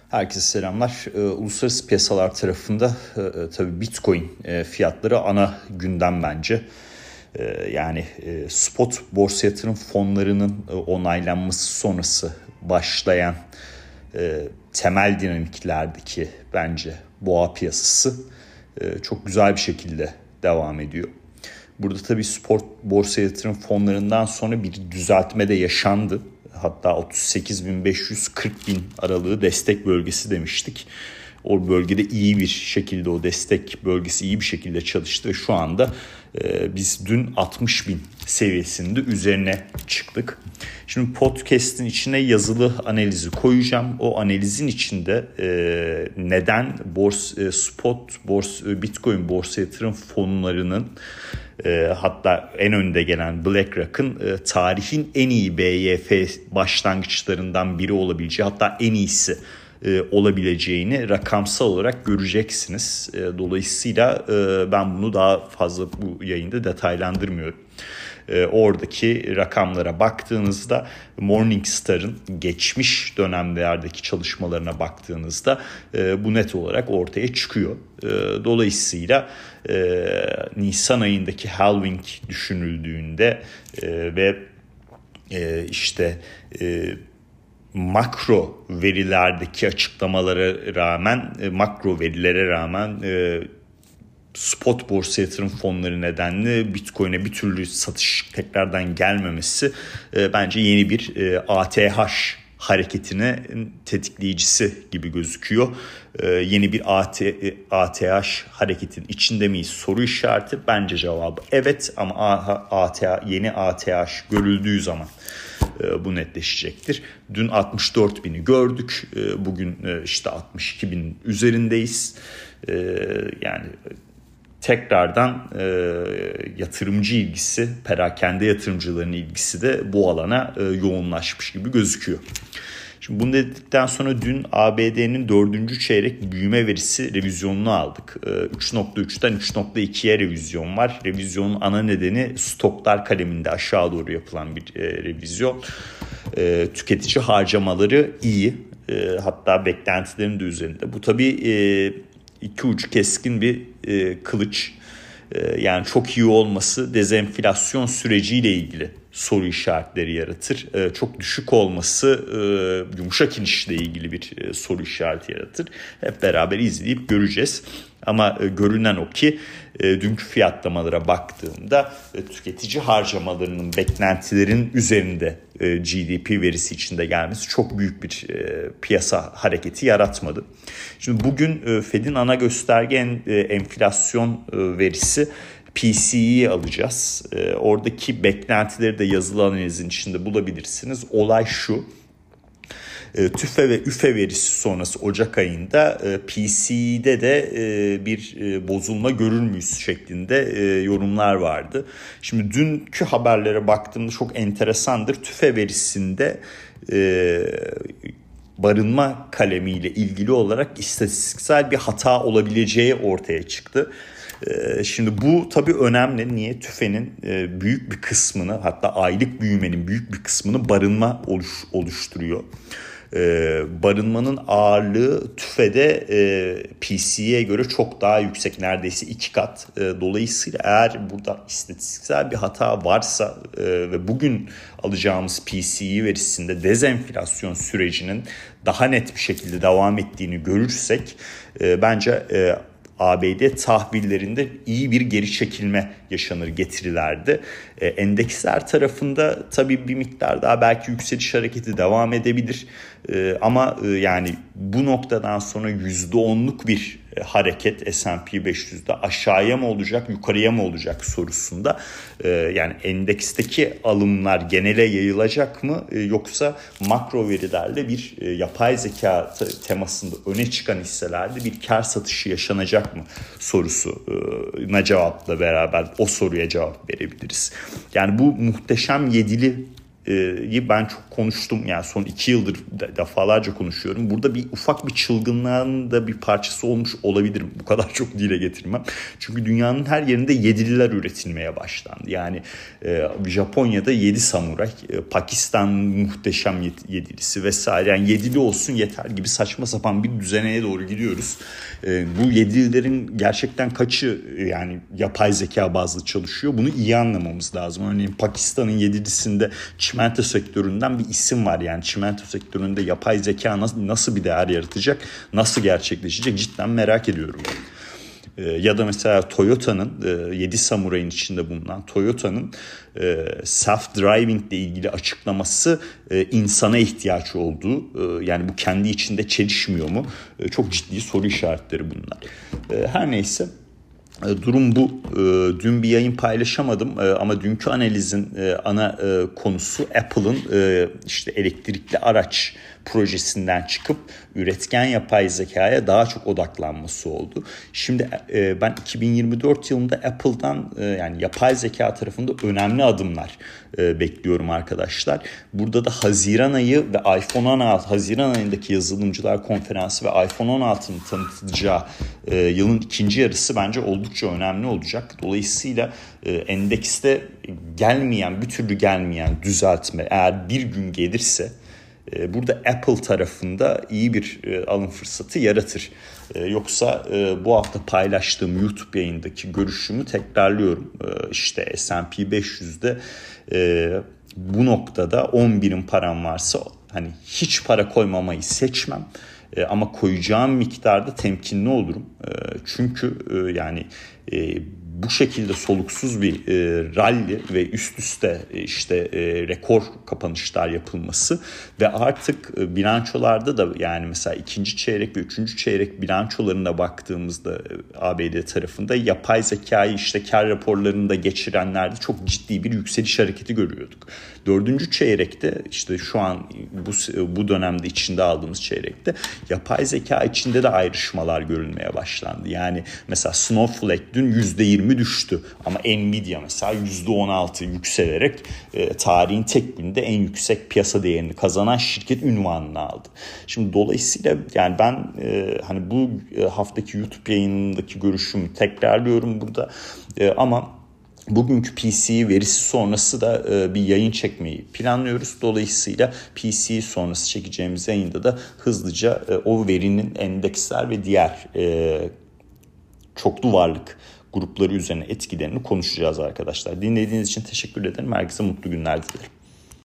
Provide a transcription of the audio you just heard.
Herkese selamlar. Uluslararası piyasalar tarafında tabii Bitcoin fiyatları ana gündem bence. Yani spot borsa yatırım fonlarının onaylanması sonrası başlayan temel dinamiklerdeki bence boğa piyasası çok güzel bir şekilde devam ediyor. Burada tabii spot borsa yatırım fonlarından sonra bir düzeltme de yaşandı. Hatta 38.500-40.000 aralığı destek bölgesi demiştik. O bölgede iyi bir şekilde o destek bölgesi iyi bir şekilde çalıştı. Ve şu anda biz dün 60.000 seviyesinde üzerine çıktık. Şimdi podcast'in içine yazılı analizi koyacağım. O analizin içinde neden Bitcoin borsa yatırım fonlarının hatta en önde gelen BlackRock'ın tarihin en iyi BYF başlangıçlarından biri olabileceği, hatta en iyisi olabileceğini rakamsal olarak göreceksiniz. Dolayısıyla ben bunu daha fazla bu yayında detaylandırmıyorum. Oradaki rakamlara baktığınızda Morningstar'ın geçmiş dönemlerdeki çalışmalarına baktığınızda bu net olarak ortaya çıkıyor. Dolayısıyla Nisan ayındaki halving düşünüldüğünde ve makro verilerdeki açıklamalara rağmen, makro verilere rağmen spot borsa yatırım fonları nedenli Bitcoin'e bir türlü satış tekrardan gelmemesi bence yeni bir ATH hareketine tetikleyicisi gibi gözüküyor. Yeni bir ATH hareketin içinde miyiz soru işareti. Bence cevabı evet, ama yeni ATH görüldüğü zaman bu netleşecektir. Dün 64.000'i gördük. Bugün 62.000 üzerindeyiz. Yani tekrardan yatırımcı ilgisi, perakende yatırımcıların ilgisi de bu alana yoğunlaşmış gibi gözüküyor. Şimdi bunu dedikten sonra dün ABD'nin 4. çeyrek büyüme verisi revizyonunu aldık. 3.3'ten 3.2'ye revizyon var. Revizyonun ana nedeni stoklar kaleminde aşağı doğru yapılan bir revizyon. Tüketici harcamaları iyi. Hatta beklentilerin de üzerinde. Bu tabii iki ucu keskin bir kılıç. Yani çok iyi olması dezenflasyon süreciyle ilgili soru işaretleri yaratır. Çok düşük olması yumuşak inişle ilgili bir soru işareti yaratır. Hep beraber izleyip göreceğiz. Ama görünen o ki dünkü fiyatlamalara baktığımda tüketici harcamalarının beklentilerin üzerinde GDP verisi içinde gelmesi çok büyük bir piyasa hareketi yaratmadı. Şimdi bugün Fed'in ana gösterge enflasyon verisi PCE'yi alacağız. Oradaki beklentileri de yazılı analizin içinde bulabilirsiniz. Olay şu: TÜFE ve üfe verisi sonrası Ocak ayında PCE'de de bir bozulma görür müyüz şeklinde yorumlar vardı. Şimdi dünkü haberlere baktığımda çok enteresandır. TÜFE verisinde barınma kalemiyle ilgili olarak istatistiksel bir hata olabileceği ortaya çıktı. Şimdi bu tabii önemli. Niye? TÜFE'nin büyük bir kısmını, hatta aylık büyümenin büyük bir kısmını barınma oluşturuyor. Barınmanın ağırlığı TÜFE'de PCE'ye göre çok daha yüksek, neredeyse 2 kat. Dolayısıyla eğer burada istatistiksel bir hata varsa ve bugün alacağımız PCE verisinde dezenflasyon sürecinin daha net bir şekilde devam ettiğini görürsek bence ABD tahvillerinde iyi bir geri çekilme yaşanır getirilerde. Endeksler tarafında tabii bir miktar daha belki yükseliş hareketi devam edebilir. Ama yani bu noktadan sonra %10'luk bir hareket S&P 500'de aşağıya mı olacak, yukarıya mı olacak sorusunda yani endeksteki alımlar genele yayılacak mı, yoksa makro verilerle bir yapay zeka temasında öne çıkan hisselerde bir kar satışı yaşanacak mı sorusuna cevapla beraber o soruya cevap verebiliriz. Yani bu muhteşem yedili ben çok konuştum. Yani son 2 yıldır defalarca konuşuyorum. Burada bir ufak bir çılgınlığın da bir parçası olmuş olabilirim. Bu kadar çok dile getirmem. Çünkü dünyanın her yerinde yedililer üretilmeye başlandı. Yani Japonya'da 7 samuray, Pakistan muhteşem yedilisi vesaire. Yani yedili olsun yeter gibi saçma sapan bir düzeneye doğru gidiyoruz. Bu yedililerin gerçekten kaçı yani yapay zeka bazlı çalışıyor? Bunu iyi anlamamız lazım. Örneğin Pakistan'ın yedilisinde çimento sektöründen bir isim var. Yani çimento sektöründe yapay zeka nasıl bir değer yaratacak, nasıl gerçekleşecek cidden merak ediyorum. Ya da mesela Toyota'nın 7 samurayın içinde bulunan Toyota'nın self-driving ile ilgili açıklaması insana ihtiyaç olduğu, yani bu kendi içinde çelişmiyor mu? Çok ciddi soru işaretleri bunlar. Her neyse. Durum bu. Dün bir yayın paylaşamadım ama dünkü analizin ana konusu Apple'ın işte elektrikli araç projesinden çıkıp üretken yapay zekaya daha çok odaklanması oldu. Şimdi ben 2024 yılında Apple'dan yani yapay zeka tarafında önemli adımlar bekliyorum arkadaşlar. Burada da Haziran ayı ve iPhone 16, Haziran ayındaki yazılımcılar konferansı ve iPhone 16'nın tanıtılacağı yılın ikinci yarısı bence oldukça önemli olacak. Dolayısıyla endekste bir türlü gelmeyen düzeltme eğer bir gün gelirse burada Apple tarafında iyi bir alım fırsatı yaratır. Yoksa bu hafta paylaştığım YouTube yayındaki görüşümü tekrarlıyorum. İşte S&P 500'de bu noktada 10 birim param varsa hani hiç para koymamayı seçmem. Ama koyacağım miktarda temkinli olurum. Çünkü yani bu şekilde soluksuz bir rally ve üst üste işte rekor kapanışlar yapılması ve artık bilançolarda da yani mesela ikinci çeyrek ve üçüncü çeyrek bilançolarına baktığımızda ABD tarafında yapay zekayı işte kar raporlarında geçirenlerde çok ciddi bir yükseliş hareketi görüyorduk. Dördüncü çeyrekte işte şu an bu dönemde içinde aldığımız çeyrekte yapay zeka içinde de ayrışmalar görülmeye başlandı. Yani mesela Snowflake dün %20 düştü ama Nvidia mesela %16 yükselerek tarihin tek günde en yüksek piyasa değerini kazanan şirket unvanını aldı. Şimdi dolayısıyla yani ben hani bu haftaki YouTube yayınındaki görüşümü tekrarlıyorum burada ama bugünkü PCE verisi sonrası da bir yayın çekmeyi planlıyoruz. Dolayısıyla PCE sonrası çekeceğimiz yayında da hızlıca o verinin endeksler ve diğer çoklu varlık grupları üzerine etkilerini konuşacağız arkadaşlar. Dinlediğiniz için teşekkür ederim. Herkese mutlu günler dilerim.